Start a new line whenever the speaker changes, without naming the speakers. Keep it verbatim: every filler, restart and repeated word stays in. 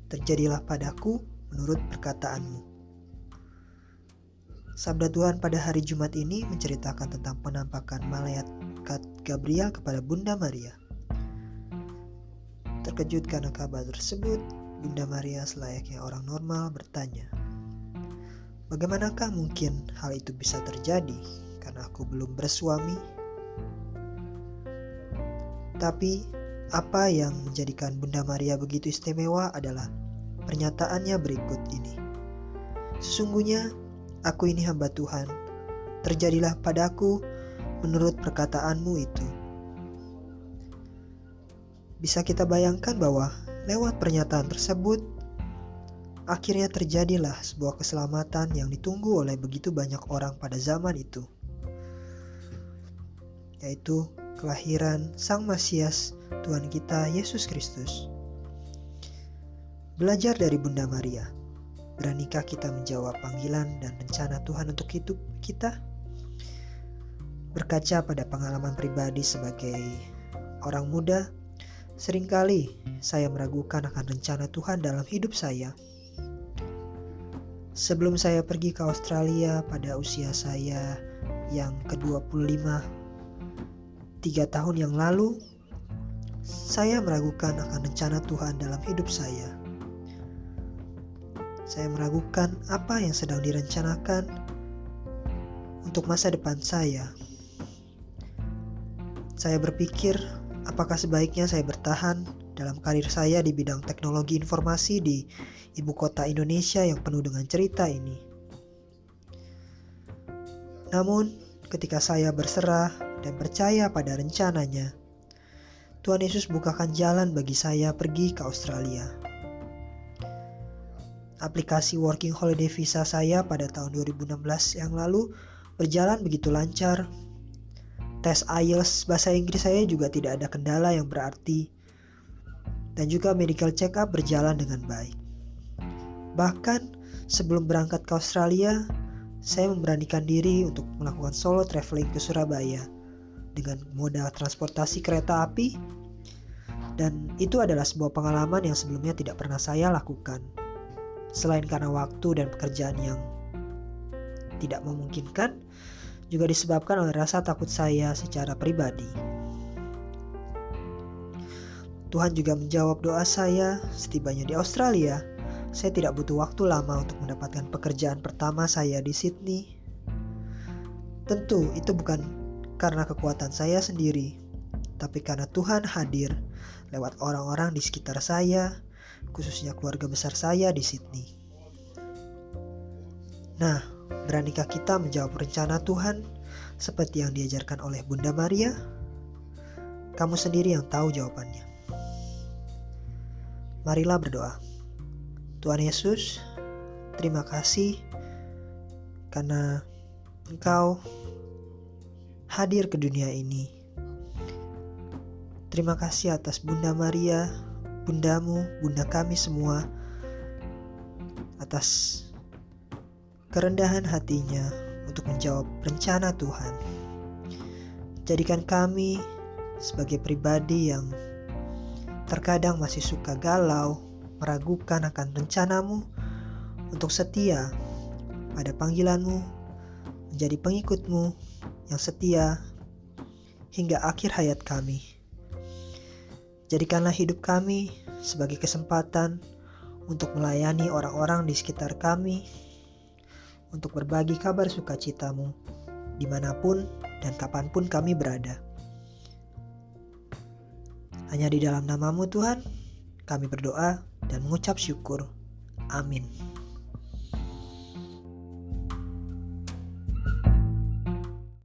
terjadilah padaku menurut perkataanmu. Sabda Tuhan pada hari Jumat ini menceritakan tentang penampakan malaikat Gabriel kepada Bunda Maria. Terkejut karena kabar tersebut, Bunda Maria selayaknya orang normal bertanya, "Bagaimanakah mungkin hal itu bisa terjadi karena aku belum bersuami?" Tapi apa yang menjadikan Bunda Maria begitu istimewa adalah pernyataannya berikut ini. "Sesungguhnya aku ini hamba Tuhan, terjadilah padaku menurut perkataanmu itu." Bisa kita bayangkan bahwa lewat pernyataan tersebut, akhirnya terjadilah sebuah keselamatan yang ditunggu oleh begitu banyak orang pada zaman itu, yaitu kelahiran Sang Mesias Tuhan kita Yesus Kristus. Belajar dari Bunda Maria, beranikah kita menjawab panggilan dan rencana Tuhan untuk hidup kita? Berkaca pada pengalaman pribadi sebagai orang muda, seringkali saya meragukan akan rencana Tuhan dalam hidup saya. Sebelum saya pergi ke Australia pada usia saya yang ke dua puluh lima, tiga tahun yang lalu, saya meragukan akan rencana Tuhan dalam hidup saya. Saya meragukan apa yang sedang direncanakan untuk masa depan saya. Saya berpikir, apakah sebaiknya saya bertahan dalam karir saya di bidang teknologi informasi di ibu kota Indonesia yang penuh dengan cerita ini. Namun, ketika saya berserah dan percaya pada rencananya, Tuhan Yesus bukakan jalan bagi saya pergi ke Australia. Aplikasi Working Holiday Visa saya pada tahun dua ribu enam belas yang lalu berjalan begitu lancar. Tes I E L T S bahasa Inggris saya juga tidak ada kendala yang berarti. Dan juga medical check up berjalan dengan baik. Bahkan sebelum berangkat ke Australia, saya memberanikan diri untuk melakukan solo traveling ke Surabaya dengan moda transportasi kereta api, dan itu adalah sebuah pengalaman yang sebelumnya tidak pernah saya lakukan. Selain karena waktu dan pekerjaan yang tidak memungkinkan, juga disebabkan oleh rasa takut saya secara pribadi. Tuhan juga menjawab doa saya. Setibanya di Australia, saya tidak butuh waktu lama untuk mendapatkan pekerjaan pertama saya di Sydney. Tentu itu bukan karena kekuatan saya sendiri, tapi karena Tuhan hadir lewat orang-orang di sekitar saya, khususnya keluarga besar saya di Sydney. Nah, beranikah kita menjawab rencana Tuhan seperti yang diajarkan oleh Bunda Maria? Kamu sendiri yang tahu jawabannya. Marilah berdoa. Tuhan Yesus, terima kasih karena Engkau hadir ke dunia ini. Terima kasih atas Bunda Maria, Bundamu, Bunda kami semua, atas kerendahan hatinya untuk menjawab rencana Tuhan. Jadikan kami sebagai pribadi yang terkadang masih suka galau, meragukan akan rencanamu, untuk setia pada panggilanmu, menjadi pengikutmu yang setia hingga akhir hayat kami. Jadikanlah hidup kami sebagai kesempatan untuk melayani orang-orang di sekitar kami, untuk berbagi kabar sukacitamu dimanapun dan kapanpun kami berada. Hanya di dalam namamu Tuhan, kami berdoa dan mengucap syukur. Amin.